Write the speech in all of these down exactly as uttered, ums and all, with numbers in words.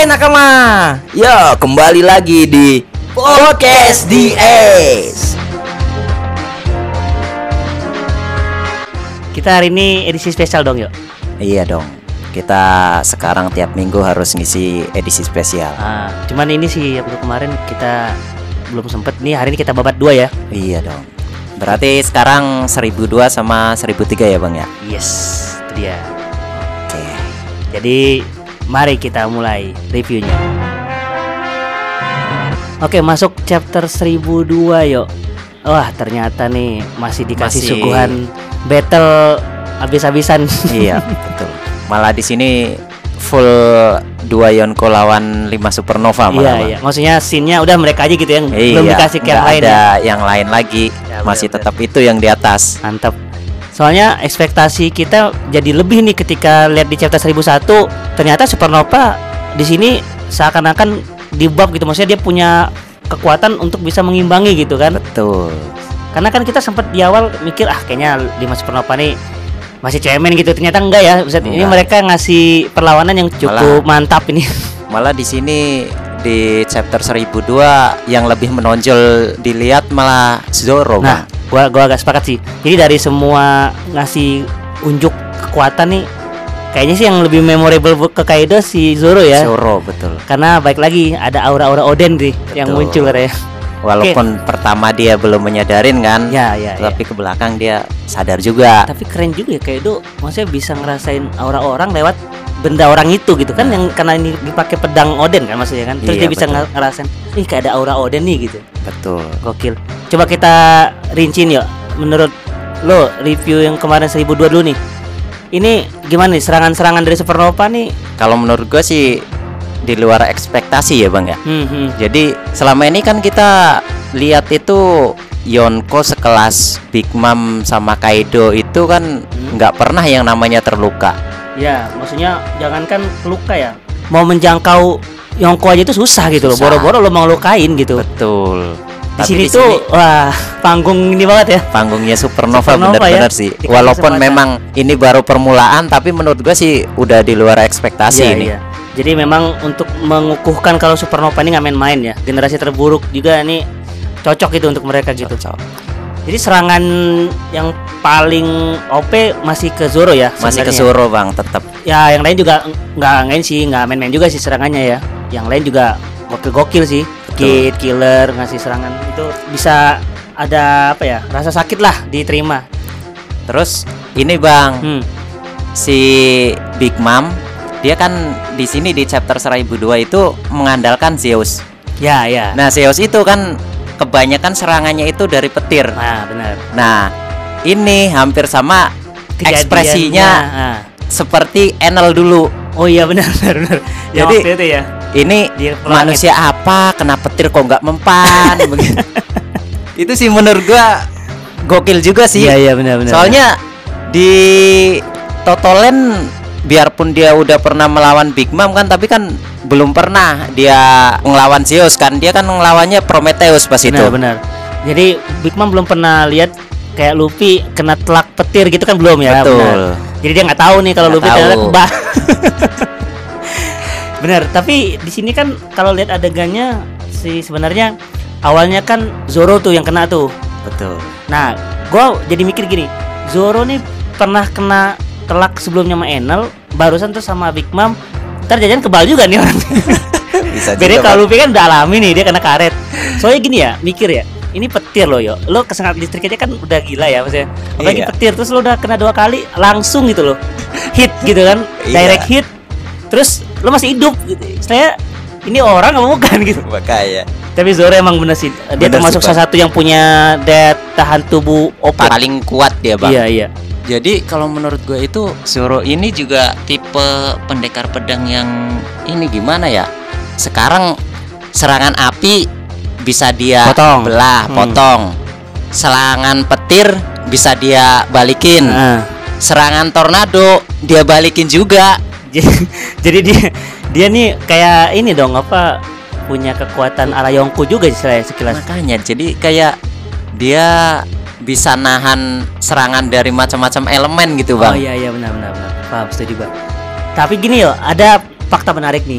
Hai nakama. Ya, kembali lagi di Podcast D S. Kita hari ini edisi spesial dong, yuk. Iya dong. Kita sekarang tiap minggu harus ngisi edisi spesial. Ah, cuman ini sih untuk kemarin kita belum sempet. Nih hari ini kita babat dua ya. Iya dong. Berarti sekarang seribu dua sama seribu tiga ya Bang ya? Yes, itu dia. Oke. Jadi mari kita mulai reviewnya. Oke, masuk chapter seribu dua yuk. Wah, ternyata nih masih dikasih Masih... suguhan battle habis-habisan. Iya, betul. Malah di sini full dua Yonko lawan lima Supernova malah. Iya, iya. Maksudnya scene-nya udah mereka aja gitu yang iya, belum dikasih ke yang lain. Ada ya? yang lain lagi. Ya, masih bener-bener. tetap itu yang di atas. Mantap. Soalnya ekspektasi kita jadi lebih nih ketika lihat di chapter seribu satu, ternyata Supernova di sini seakan-akan di bab gitu, maksudnya dia punya kekuatan untuk bisa mengimbangi gitu kan. Betul. Karena kan kita sempat di awal mikir ah kayaknya lima Supernova nih masih cemen gitu, ternyata enggak ya. Buset, ini mereka ngasih perlawanan yang cukup malah, mantap ini. Malah di sini di chapter seribu dua yang lebih menonjol dilihat malah Zoro. Nah, Bang. gua gua agak sepakat sih. Jadi dari semua ngasih unjuk kekuatan nih, kayaknya sih yang lebih memorable ke Kaido si Zoro ya. Zoro, betul. Karena baik lagi ada aura-aura Oden nih yang muncul katanya. Walaupun okay. pertama dia belum menyadarin kan, ya, ya, tapi ya. ke belakang dia sadar juga. Tapi keren juga ya Kaido, maksudnya bisa ngerasain aura orang lewat benda orang itu gitu kan, nah. yang karena ini dipakai pedang Oden kan maksudnya kan, terus iya, dia bisa betul. ngerasain, ih kayak ada aura Oden nih gitu. Betul. Gokil. Coba kita rinciin yuk. Menurut lo review yang kemarin seribu dua dulu nih. Ini gimana nih serangan-serangan dari Supernova nih? Kalau menurut gue sih di luar ekspektasi ya Bang ya. Hmm, hmm. Jadi selama ini kan kita lihat itu Yonko sekelas Big Mom sama Kaido itu kan nggak hmm. pernah yang namanya terluka. Ya, maksudnya jangankan luka ya, mau menjangkau Yonko aja itu susah gitu susah. Loh. Boro-boro lo mau lukain gitu. Betul. Di sini tuh wah panggung ini banget ya. Panggungnya Supernova, Supernova benar-benar ya? sih. Dikasih Walaupun semacam. memang ini baru permulaan, tapi menurut gua sih udah di luar ekspektasi iya, ini. Iya. Jadi memang untuk mengukuhkan kalau Supernova ini nggak main-main ya. Generasi terburuk juga ini cocok gitu untuk mereka gitu. Cocok. Jadi serangan yang paling O P masih ke Zoro ya. Masih sebenarnya. ke Zoro Bang, tetap. Ya yang lain juga nggak ngain sih, nggak main-main juga sih serangannya ya. Yang lain juga gokil-gokil sih. Kid, killer, ngasih serangan itu bisa ada apa ya, rasa sakit lah diterima. Terus ini Bang, hmm. si Big Mom dia kan di sini di chapter seribu dua itu mengandalkan Zeus. Ya ya. Nah Zeus itu kan kebanyakan serangannya itu dari petir. Nah benar. Nah ini hampir sama ekspresinya nah. seperti Enel dulu. Oh iya benar benar benar. Jadi itu ya. Ini manusia apa kena petir kok nggak mempan begitu. Itu sih menurut gua gokil juga sih. Iya iya benar benar. Soalnya di Totolen biarpun dia udah pernah melawan Big Mom kan, tapi kan belum pernah dia ngelawan Zeus kan. Dia kan ngelawannya Prometheus pas benar, itu. Benar. Jadi Big Mom belum pernah lihat kayak Luffy kena telak petir gitu kan, belum ya. Betul. Benar. Jadi dia nggak tahu nih kalau Luffy ternyata kebah. Bener, tapi di sini kan kalau lihat adegannya si sebenarnya awalnya kan Zoro tuh yang kena tuh. Betul. Nah, gua jadi mikir gini, Zoro nih pernah kena telak sebelumnya sama Enel, barusan tuh sama Big Mom, ntar jajan kebal juga nih orang. Bisa beda kalau Luffy kan udah alami nih, dia kena karet. Soalnya gini ya, mikir ya, ini petir loh yo, lo kesengat listrik aja kan udah gila ya maksudnya. Apalagi iya. petir, terus lo udah kena dua kali langsung gitu loh, hit gitu kan, direct hit. Terus lo masih hidup gitu. Saya ini orang nggak bukan gitu. Makanya. Tapi Zoro emang bener sih. Dia bener termasuk sih, salah satu yang punya daya tahan tubuh O P paling kuat dia Bang. Iya iya. Jadi kalau menurut gue itu Zoro ini juga tipe pendekar pedang yang ini gimana ya? Sekarang serangan api bisa dia potong. belah, hmm. potong. Serangan petir bisa dia balikin. Nah. Serangan tornado dia balikin juga. Jadi dia dia nih kayak ini dong apa punya kekuatan ala Yonko juga istilahnya sekilas. Makanya jadi kayak dia bisa nahan serangan dari macam-macam elemen gitu Bang. Oh iya iya benar benar benar. Paham, setuju Bang. Tapi gini yo, ada fakta menarik nih.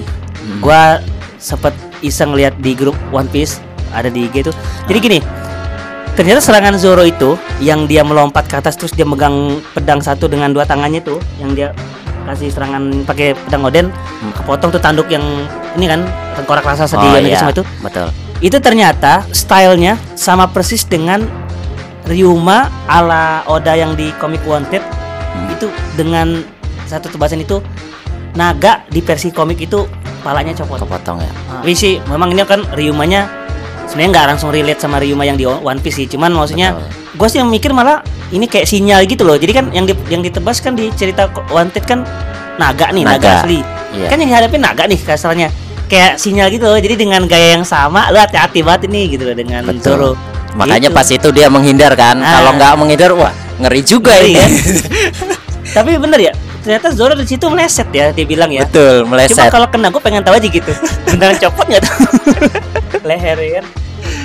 Hmm. Gua sempet iseng lihat di grup One Piece ada di I G itu. Jadi gini, ternyata serangan Zoro itu yang dia melompat ke atas terus dia megang pedang satu dengan dua tangannya tuh, yang dia kasih serangan pakai pedang Oden, Hmm. kepotong tuh tanduk yang ini kan tengkorak raksasa di Oh, One Piece iya. semua itu. Betul. Itu ternyata stylenya sama persis dengan Ryuma ala Oda yang di komik Wanted. Hmm. Itu dengan satu tebasan itu naga di versi komik itu palanya copot. Kepotong ya. Nah, tapi sih memang ini kan Ryumanya sebenarnya nggak langsung relate sama Ryuma yang di One Piece sih. Cuman maksudnya gue sih yang mikir malah ini kayak sinyal gitu loh. Jadi kan yang di, yang ditebas kan di cerita Wanted kan naga nih, naga, Naga. asli. Iya. Kan yang dihadapin naga nih kasarnya. Kayak sinyal gitu loh. Jadi dengan gaya yang sama lu hati-hati banget ini gitu loh dengan Betul. Zoro. Makanya Gitu. pas itu dia menghindar kan. Ah. Kalau nggak menghindar, wah ngeri juga Ngeri, ini. kan? Tapi bener ya, ternyata Zoro di situ meleset ya, dia bilang ya. Betul, Cuma meleset. kalau kena gue pengen tahu aja gitu. Beneran copot nggak tuh leher ya kan?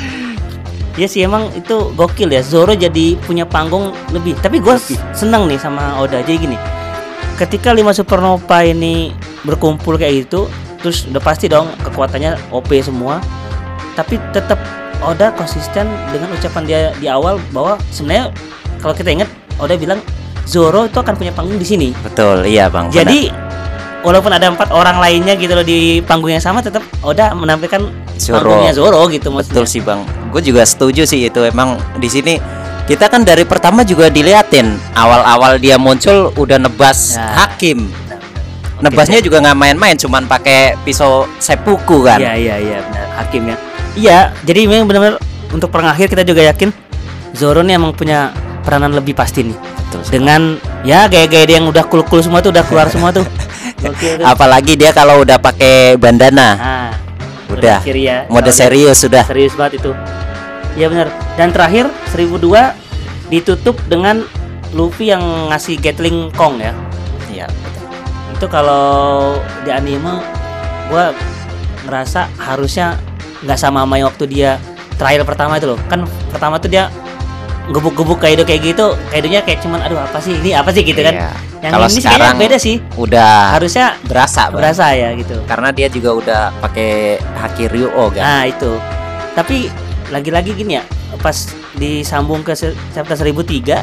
Ya sih emang itu gokil ya, Zoro jadi punya panggung lebih. Tapi gue senang nih sama Oda. Jadi gini, ketika lima supernova ini berkumpul kayak gitu, terus udah pasti dong kekuatannya O P semua. Tapi tetap Oda konsisten dengan ucapan dia di awal bahwa sebenarnya kalau kita ingat Oda bilang Zoro itu akan punya panggung di sini. Betul, iya Bang. Jadi walaupun ada empat orang lainnya gitu loh di panggung yang sama, tetap Oda menampilkan Zoro. panggungnya Zoro gitu benar. maksudnya. Betul sih Bang. Gue juga setuju sih itu. Emang di sini kita kan dari pertama juga diliatin awal-awal dia muncul udah nebas Ya. Hakim. Oke, Nebasnya saya- juga nggak main-main, cuman pakai pisau seppuku kan. Iya iya iya benar, Hakim ya. Iya, jadi memang benar-benar untuk perang akhir kita juga yakin Zoro nih emang punya peranan lebih pasti nih. Betul sih. Dengan ya gaya-gaya dia yang udah cool-cool semua tuh udah keluar semua tuh. Oke, tuh. Apalagi dia kalau udah pakai bandana, Nah, udah kiri ya. mode Kalau serius sudah. serius banget itu. Iya benar. Dan terakhir seribu dua ditutup dengan Luffy yang ngasih Gatling Kong ya. Iya. Itu kalau di anime gua ngerasa harusnya nggak sama sama yang waktu dia trial pertama itu loh. Kan pertama tuh dia gebuk-gebuk Kaido kayak gitu, Kaidonya kayak cuman aduh apa sih ini apa sih gitu kan. Iya. Yang Kalau ini sih sekarang kayaknya beda sih. Udah Harusnya berasa, Bang. berasa ya gitu. Karena dia juga udah pakai Haki Ryuo kan. Nah itu. Tapi lagi-lagi gini ya, pas disambung ke se- chapter seribu tiga,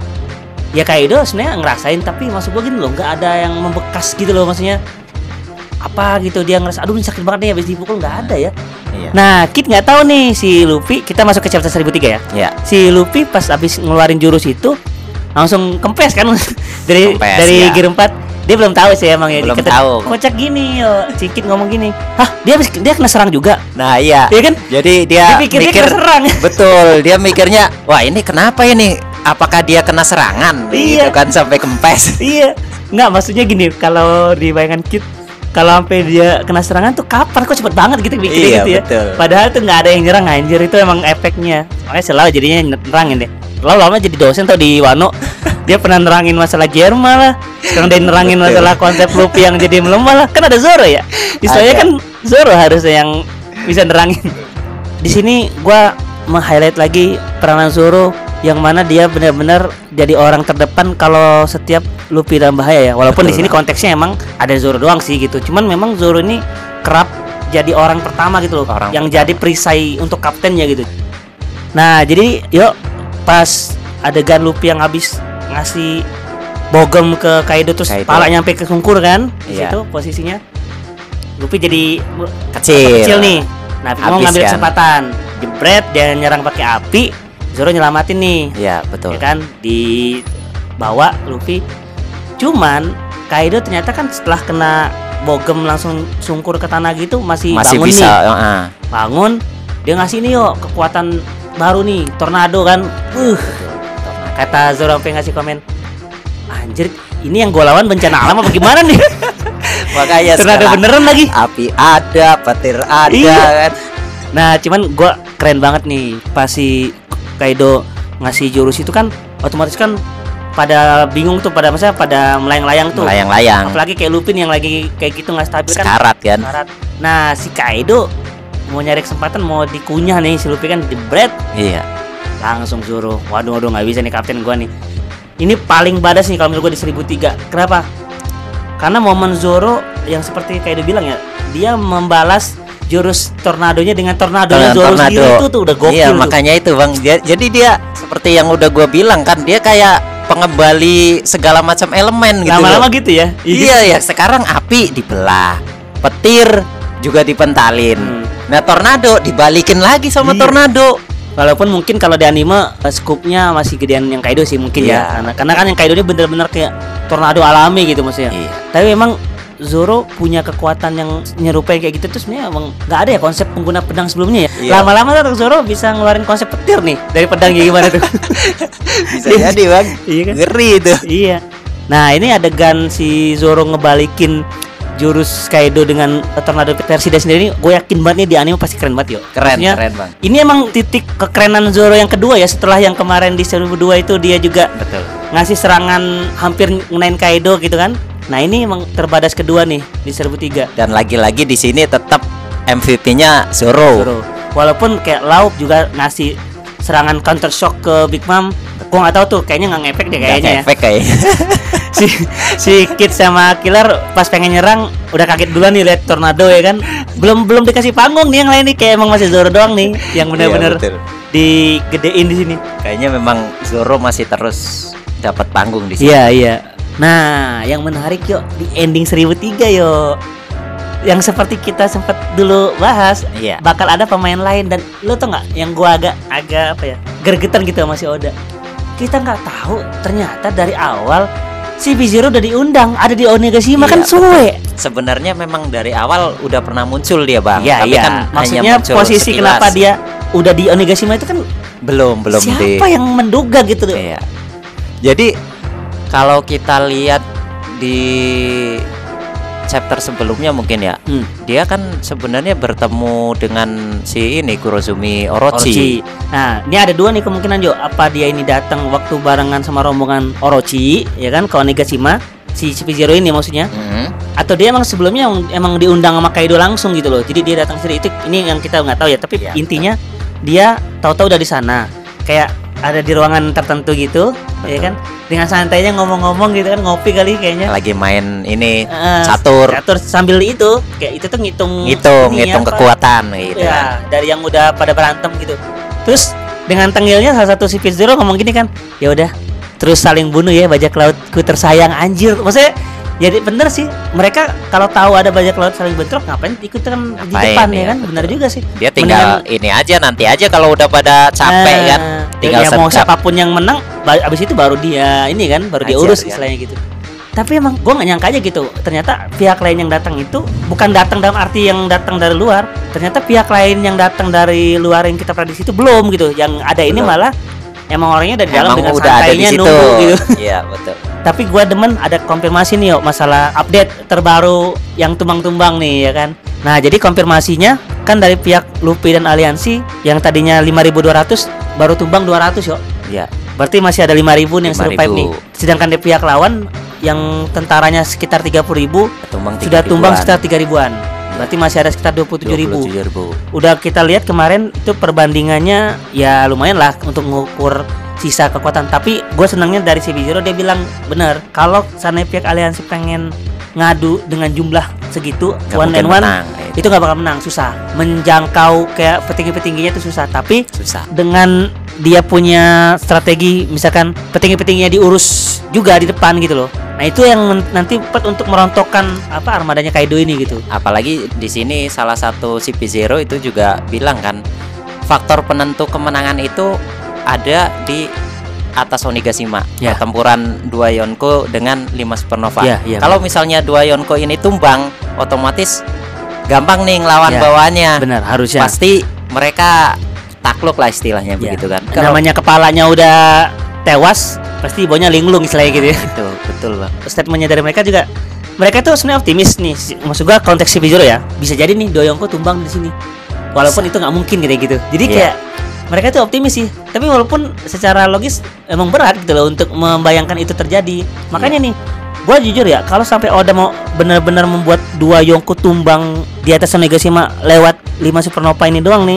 ya Kaido sebenarnya ngerasain, tapi maksud gue gini loh, nggak ada yang membekas gitu loh, maksudnya apa gitu dia ngerasa aduh ini sakit banget nih habis dipukul, nggak ada ya. Iya. Nah Kit nggak tahu nih si Luffy, kita masuk ke chapter seribu tiga ya. Iya. Si Luffy pas habis ngeluarin jurus itu langsung kempes kan dari Kempes, dari ya. gear empat. Dia belum tahu sih emang ya. Belum Kata- tahu. Kocak gini yo, si Kit ngomong gini, hah dia habis dia kena serang juga. Nah, iya. Iya kan? Jadi dia, Dia pikir dia mikir kena serang. betul, dia mikirnya, wah ini kenapa ini? Apakah dia kena serangan? Iya. Gitu kan sampai kempes. Iya, nggak maksudnya gini, kalau di bayangan Kit, kalau sampai dia kena serangan tuh kapan kok cepet banget gitu mikirnya Iya, gitu ya. betul. Padahal tuh nggak ada yang nyerang anjir, itu emang efeknya. Makanya selalu jadinya nerangin deh. Lalu lama jadi dosen tuh di Wano, dia pernah nerangin masalah Jerma lah. Sekarang dia nerangin Betul. masalah konsep Luffy yang jadi melemah lah. Kan ada Zoro ya. Istilahnya Ada. kan Zoro harusnya yang bisa nerangin. Di sini gua meng-highlight lagi peranan Zoro yang mana dia benar-benar jadi orang terdepan kalau setiap Luffy dalam bahaya ya. Walaupun Betul. di sini konteksnya emang ada Zoro doang sih gitu. Cuman memang Zoro ini kerap jadi orang pertama gitu loh, Orang yang pertama. jadi perisai untuk kaptennya gitu. Nah, jadi yuk pas adegan Luffy yang habis ngasih bogem ke Kaido terus Kaido. pala nyampe ke sungkur kan, di Iya. situ posisinya Luffy jadi Kecil. kecil nih. Nah, mau Habis ngambil kan. kesempatan, jebret dia nyerang pakai api, Zoro nyelamatin nih. Iya, betul. Ya kan, dibawa Luffy. Cuman Kaido ternyata kan setelah kena bogem langsung sungkur ke tanah gitu masih, Masih bangun bisa, nih. heeh. Bangun, dia ngasih nih yuk kekuatan baru nih, tornado kan. Uh, kata Zoro sampai ngasih komen, anjir, ini yang gue lawan bencana alam apa gimana nih? Makanya Tornado sekarang beneran lagi. api ada, petir ada Iya. kan. Nah, cuman gue keren banget nih pas si Kaido ngasih jurus itu kan, otomatis kan pada bingung tuh, pada masa pada melayang-layang tuh. Melayang-layang. Apalagi kayak Lupin yang lagi kayak gitu nggak stabil kan. Sekarat kan. Sekarat. Nah, si Kaido mau nyari kesempatan, mau dikunyah nih si Luffy kan, jebret. Iya. Langsung suruh, waduh waduh nggak bisa nih kapten gua nih. Ini paling badas nih kalau menurut gua di seribu tiga. Kenapa? Karena momen Zoro yang seperti kayak dia bilang ya, dia membalas jurus tornadonya dengan tornado Dengan Zoro tornado. sendiri itu tuh udah gokil. Iya, tuh. makanya itu Bang. Dia- Jadi dia seperti yang udah gua bilang kan, dia kayak pengembali segala macam elemen gitu. Lama-lama loh. gitu ya. Iya ya, sekarang api dibelah, petir juga dipentalin. Hmm. Nah, tornado dibalikin lagi sama Iya. tornado. Walaupun mungkin kalau di anime uh, scoopnya masih gedean yang Kaido sih mungkin Iya. ya. Karena karena kan yang Kaido ini bener-bener kayak tornado alami gitu maksudnya. Iya. Tapi memang Zoro punya kekuatan yang nyerupai kayak gitu tuh sebenarnya emang nggak ada ya konsep pengguna pedang sebelumnya ya. Iya. Lama-lama tuh Zoro bisa ngeluarin konsep petir nih dari pedang gimana tuh. Bisa jadi Bang. Iya kan? Ngeri itu. Iya. Nah ini adegan si Zoro ngebalikin jurus Kaido dengan tornado versi dia sendiri, gue yakin banget nih di anime pasti keren banget yo. Keren, Maksudnya, keren Bang. ini emang titik kekerenan Zoro yang kedua ya, setelah yang kemarin di seribu dua itu dia juga Betul. ngasih serangan hampir ngenain Kaido gitu kan. Nah ini emang terbadas kedua nih di seribu tiga. Dan lagi-lagi di sini tetap M V P-nya Zoro. Zoro. Walaupun kayak Lauk juga ngasih serangan counter shock ke Big Mom, gue nggak tahu tuh kayaknya nggak ngefek deh kayaknya ya. Efek kayak. si si Kid sama Killer pas pengen nyerang udah kaget duluan nih lihat tornado ya kan. Belum belum dikasih panggung nih yang lain nih, kayak emang masih Zoro doang nih yang benar-benar Iya, betul. digedein di sini. Kayaknya memang Zoro masih terus dapat panggung di sini. Iya iya. Nah, yang menarik yuk di ending seribu tiga yuk. Yang seperti kita sempat dulu bahas, Iya. bakal ada pemain lain dan lo tau nggak yang gua agak agak apa ya gergetan gitu sama si Oda. Kita nggak tahu ternyata dari awal si B-Zero udah diundang ada di Onigashima Iya, kan suwe. Sebenarnya memang dari awal udah pernah muncul dia Bang. Iya Tapi iya. kan hanya Maksudnya muncul posisi sekilas. kenapa dia udah di Onigashima itu kan belum belum di. siapa yang menduga gitu loh. Iya. Jadi kalau kita lihat di chapter sebelumnya mungkin ya, Hmm. dia kan sebenarnya bertemu dengan si ini Kurozumi Orochi. Orochi. Nah, ini ada dua nih kemungkinan Jo. Apa dia ini datang waktu barengan sama rombongan Orochi, ya kan, ke Onigashima, si P-Zero ini maksudnya. Mhm. Atau dia emang sebelumnya emang, emang diundang sama Kaido langsung gitu loh. Jadi dia datang sendiri. Itu ini yang kita nggak tahu ya. Tapi Iya, intinya dia tahu-tahu udah di sana. Kayak ada di ruangan tertentu gitu, ya kan? Dengan santainya ngomong-ngomong gitu kan, ngopi kali kayaknya. Lagi main ini Eh, catur, catur sambil itu kayak itu tuh ngitung ngitung ini ngitung apa, kekuatan gitu kan. ya dari yang udah pada berantem gitu. Terus dengan tengilnya salah satu si P-Zero ngomong gini kan, ya udah terus saling bunuh ya bajak lautku tersayang. Anjir, maksudnya jadi bener sih, mereka kalau tahu ada bajak laut saling bentrok ngapain ikut kan di Ngapain, depan ya, ya kan. betul. Bener juga sih. Dia tinggal ini aja nanti aja kalau udah pada capek Nah, kan, tinggal ya mau sergap. siapapun yang menang ba- abis itu baru dia ini kan baru dia Ajar, urus kan. istilahnya gitu. Tapi emang gue nggak nyangka aja gitu, ternyata pihak lain yang datang itu bukan datang dalam arti yang datang dari luar. Ternyata pihak lain yang datang dari luar yang kita prediksi itu belum gitu. Yang ada ini Belum. malah emang orangnya dari dalam Emang dengan udah ada di santainya situ. nunggu gitu. Iya, betul. Tapi gue demen ada konfirmasi nih yuk masalah update terbaru yang tumbang-tumbang nih ya kan. Nah jadi konfirmasinya kan dari pihak Luffy dan aliansi yang tadinya lima ribu dua ratus baru tumbang dua ratus yuk. Iya. Berarti masih ada lima ribu yang lima ribu. survive nih. Sedangkan di pihak lawan yang tentaranya sekitar tiga puluh ribu Tumbang sudah tiga tumbang ribuan. sekitar tiga ribuan. Berarti masih ada sekitar dua puluh tujuh ribu. dua puluh tujuh ribu. Udah kita lihat kemarin itu perbandingannya ya lumayan lah untuk mengukur sisa kekuatan. Tapi gue senangnya dari si B-Zero dia bilang bener kalau sana pihak aliansi pengen ngadu dengan jumlah segitu Nggak one mungkin and one menang, itu nggak bakal menang, susah menjangkau kayak petinggi-petingginya itu susah. Tapi Susah. dengan dia punya strategi misalkan petinggi-petingginya diurus juga di depan gitu loh. Nah itu yang men- nanti tepat untuk merontokkan apa armadanya Kaido ini gitu. Apalagi di sini salah satu si P-Zero itu juga bilang kan, faktor penentu kemenangan itu ada di atas Onigashima. Ya. Pertempuran dua Yonko dengan lima supernova. Ya, ya, Kalau misalnya dua Yonko ini tumbang, otomatis gampang nih ngelawan Ya, bawaannya. Benar harusnya. Pasti mereka takluk lah istilahnya Ya. begitu kan. Kalau Namanya kepalanya udah tewas, pasti bawahnya linglung istilahnya gitu ya. itu betul Bang. Statementnya dari mereka juga, mereka itu sebenarnya optimis nih. Maksud gua konteks si P-Zero ya, bisa jadi nih Doyongko tumbang di sini. Walaupun itu nggak mungkin kayak gitu. Jadi Iya. kayak mereka itu optimis sih. Tapi walaupun secara logis emang berat gitu loh untuk membayangkan itu terjadi. Makanya nih, gua jujur ya, kalau sampai Oda mau benar-benar membuat dua Yonko tumbang di atas Onigashima lewat lima supernova ini doang nih,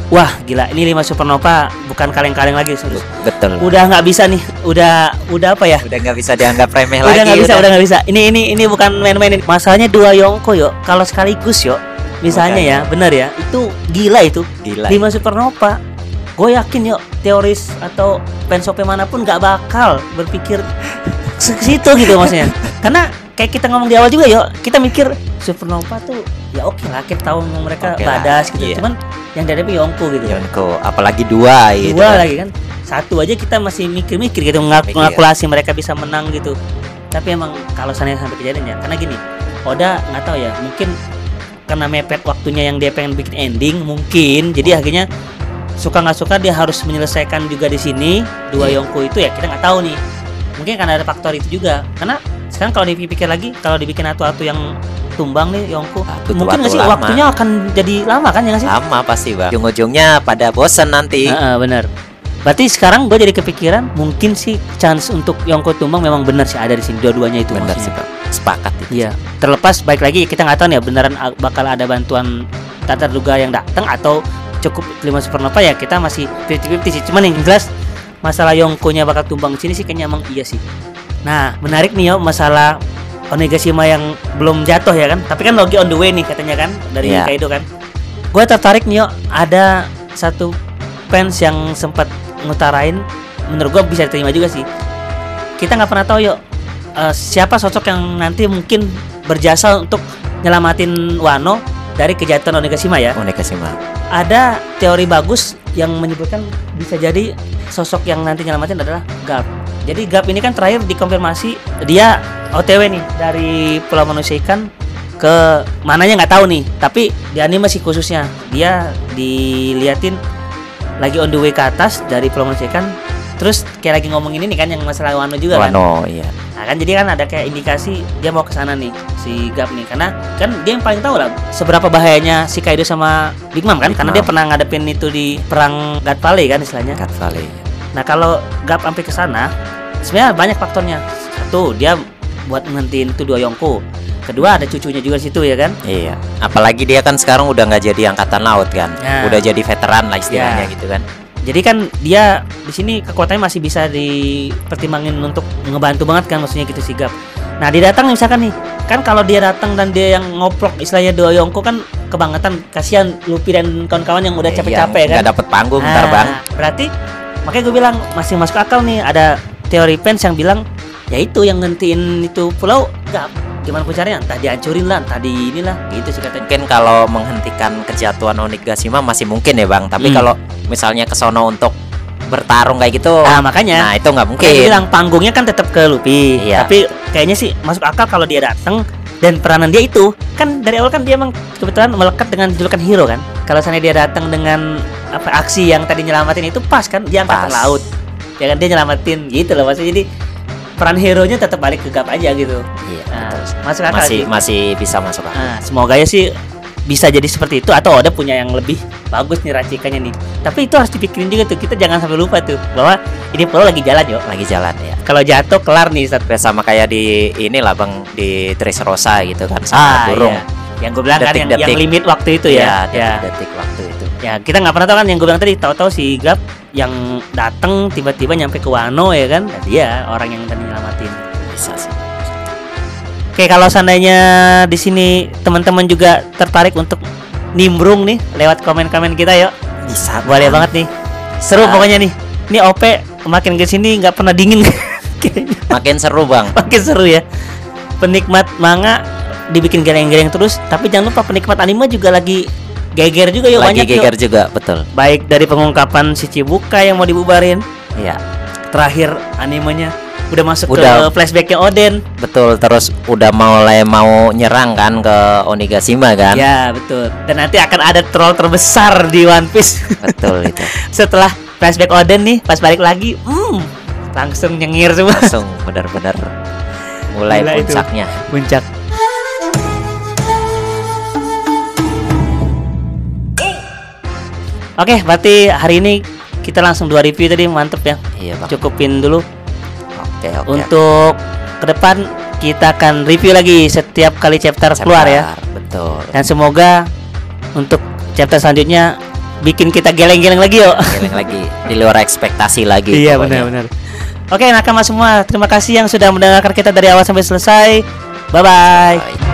wah gila ini lima supernova bukan kaleng-kaleng lagi serius. Betul. Udah nggak bisa nih, udah udah apa ya? Udah nggak bisa dianggap remeh udah lagi. Gak bisa, udah nggak bisa. Ini ini ini bukan main-main. Masalahnya dua Yongko yo, kalau sekaligus yo, misalnya Makanya. ya, bener ya, itu gila itu. Gila. lima supernova. Gue yakin yo, teoris atau fans Shopee manapun nggak bakal berpikir ke situ gitu maksudnya. Karena kayak kita ngomong di awal juga yo, kita mikir supernova tuh ya oke lah, kita tahu mereka Oke lah, badas gitu. iya. Cuman yang dihadapi Yongko gitu. Yonko, apalagi dua gitu. Dua kan. lagi kan, satu aja kita masih mikir-mikir gitu, ngak- Mikir. ngakulasi mereka bisa menang gitu. Tapi emang kalau sana sampai kejadian ya, karena gini, Oda nggak tahu ya, mungkin karena mepet waktunya yang dia pengen bikin ending mungkin, jadi akhirnya suka nggak suka dia harus menyelesaikan juga di sini dua Iya. Yongko itu ya, kita nggak tahu nih. Mungkin karena ada faktor itu juga, karena sekarang kalau dipikir lagi, kalau dibikin atu-atu yang tumbang nih Yongko, Atu-atu mungkin nggak sih lama. waktunya akan jadi lama kan ya nggak sih? Lama pasti bang. Ujung-ujungnya pada bosen nanti. Heeh, benar. Berarti sekarang gue jadi kepikiran mungkin sih chance untuk Yongko tumbang memang benar sih ada di sini dua-duanya itu. Bener sih maksudnya. bang. Sepakat itu. Iya. Terlepas baik lagi kita nggak tahu nih ya beneran a- bakal ada bantuan tak terduga yang datang atau cukup lima supernova ya, kita masih fifty fifty sih. Cuman yang jelas masalah Yongko-nya bakal tumbang di sini sih kayaknya emang iya sih. Nah, menarik nih yo masalah Onigashima yang belum jatuh ya kan. Tapi kan lagi on the way nih katanya kan dari Iya. Kaido kan. Gue tertarik nih yo, ada satu fans yang sempat ngutarain, menurut gue bisa diterima juga sih. Kita nggak pernah tahu yo eh, siapa sosok yang nanti mungkin berjasa untuk nyelamatin Wano dari kejahatan Onigashima ya. Onigashima. Ada teori bagus yang menyebutkan bisa jadi sosok yang nanti nyelamatin adalah Garp. Jadi Garp ini kan terakhir dikonfirmasi dia O T W nih dari Pulau Manusia Ikan ke mananya nggak tahu nih. Tapi di anime sih khususnya dia diliatin lagi on the way ke atas dari Pulau Manusia Ikan. Terus kayak lagi ngomongin ini kan yang masalah Wano juga kan. Wano, iya. Nah kan jadi kan ada kayak indikasi dia mau ke sana nih si Garp nih, karena kan dia yang paling tahu lah seberapa bahayanya si Kaido sama Big Mom kan, Big karena Mom. dia pernah ngadepin itu di perang God Valley kan istilahnya. Cat Valley. Nah kalau Garp sampai ke sana sebenarnya banyak faktornya. Satu, dia buat ngentiin itu dua Yongko. Kedua ada cucunya juga di situ ya kan. Iya. Apalagi dia kan sekarang udah nggak jadi angkatan laut kan. Nah. Udah jadi veteran lah istilahnya Ya. gitu kan. Jadi kan dia di sini kekuatannya masih bisa dipertimbangin untuk ngebantu banget kan maksudnya gitu si Garp. Nah dia datang misalkan nih, kan kalau dia datang dan dia yang ngoprok istilahnya dua Yongko kan kebangetan, kasihan Luffy dan kawan-kawan yang udah capek-capek Iya, kan. nggak dapet panggung Nah, ntar bang. berarti makanya gue bilang masih masuk akal nih, ada teori fans yang bilang ya itu yang ngentiin itu pulau Garp. Gimana pun caranya, entah dihancurin lah, entah di inilah gitu sih katanya. Mungkin kalau menghentikan kejatuhan Onigashima masih mungkin ya bang. Tapi Hmm. kalau misalnya ke sono untuk bertarung kayak gitu, Nah makanya nah itu nggak mungkin. Kayak dia bilang panggungnya kan tetap ke Luffy, Iya. tapi kayaknya sih masuk akal kalau dia datang dan peranan dia itu kan dari awal kan dia emang kebetulan melekat dengan julukan hero kan. Kalau misalnya dia datang dengan apa aksi yang tadi nyelamatin itu pas kan, dia angkatan Pas. laut, ya kan dia nyelamatin gitu loh maksudnya. Jadi peran hero-nya tetap balik ke Garp aja gitu. Iya, Nah, betul. masuk akal masih sih. masih bisa masuk akal. Nah, semoga ya sih bisa jadi seperti itu atau Oda punya yang lebih bagus nih racikannya nih. Tapi itu harus dipikirin juga tuh, kita jangan sampai lupa tuh bahwa ini pulau lagi jalan yo. Lagi jalan ya. Kalau jatuh kelar nih Sat. Sama kayak di inilah bang di Dressrosa gitu kan sama Ah, burung. iya. Yang gue bilang kan yang, Detik-detik. yang limit waktu itu ya. Ya, Ya, detik waktu itu. ya kita nggak pernah tahu kan yang gue bilang tadi. Tahu-tahu si Garp yang datang tiba-tiba nyampe ke Wano ya kan. Dan dia orang yang tadi nyelamatin. Bisa sih. Oke, kalau seandainya di sini teman-teman juga tertarik untuk nimbrung nih lewat komen-komen kita yuk. Bisa. Boleh Bang. banget nih. Seru Bisa. pokoknya nih. Ini O P makin ke sini nggak pernah dingin. Kayaknya Makin seru bang. makin seru ya. Penikmat manga dibikin geleng-geleng terus, tapi jangan lupa penikmat anime juga lagi geger juga yuk, Lagi banyak yuk. geger juga betul. Baik dari pengungkapan si Chibukai yang mau dibubarin, Iya. terakhir animenya udah masuk Udah. ke flashbacknya Oden. Betul, terus udah mulai mau nyerang kan ke Onigashima kan? Ya betul. Dan nanti akan ada troll terbesar di One Piece. Betul itu. Setelah flashback Oden nih, pas balik lagi, hmm, langsung nyengir semua. Langsung benar-benar mulai Gila itu. puncaknya. Puncak. Oke, berarti hari ini kita langsung dua review tadi, mantep ya. Iya bang. Cukupin dulu. Oke oke. Untuk ke depan kita akan review lagi setiap kali chapter, Chapter, keluar ya. Betul. Dan semoga untuk chapter selanjutnya bikin kita geleng-geleng lagi yuk. Geleng lagi di luar ekspektasi lagi. Iya pokoknya. benar-benar. Oke nakama semua, terima kasih yang sudah mendengarkan kita dari awal sampai selesai. Bye bye. Bye.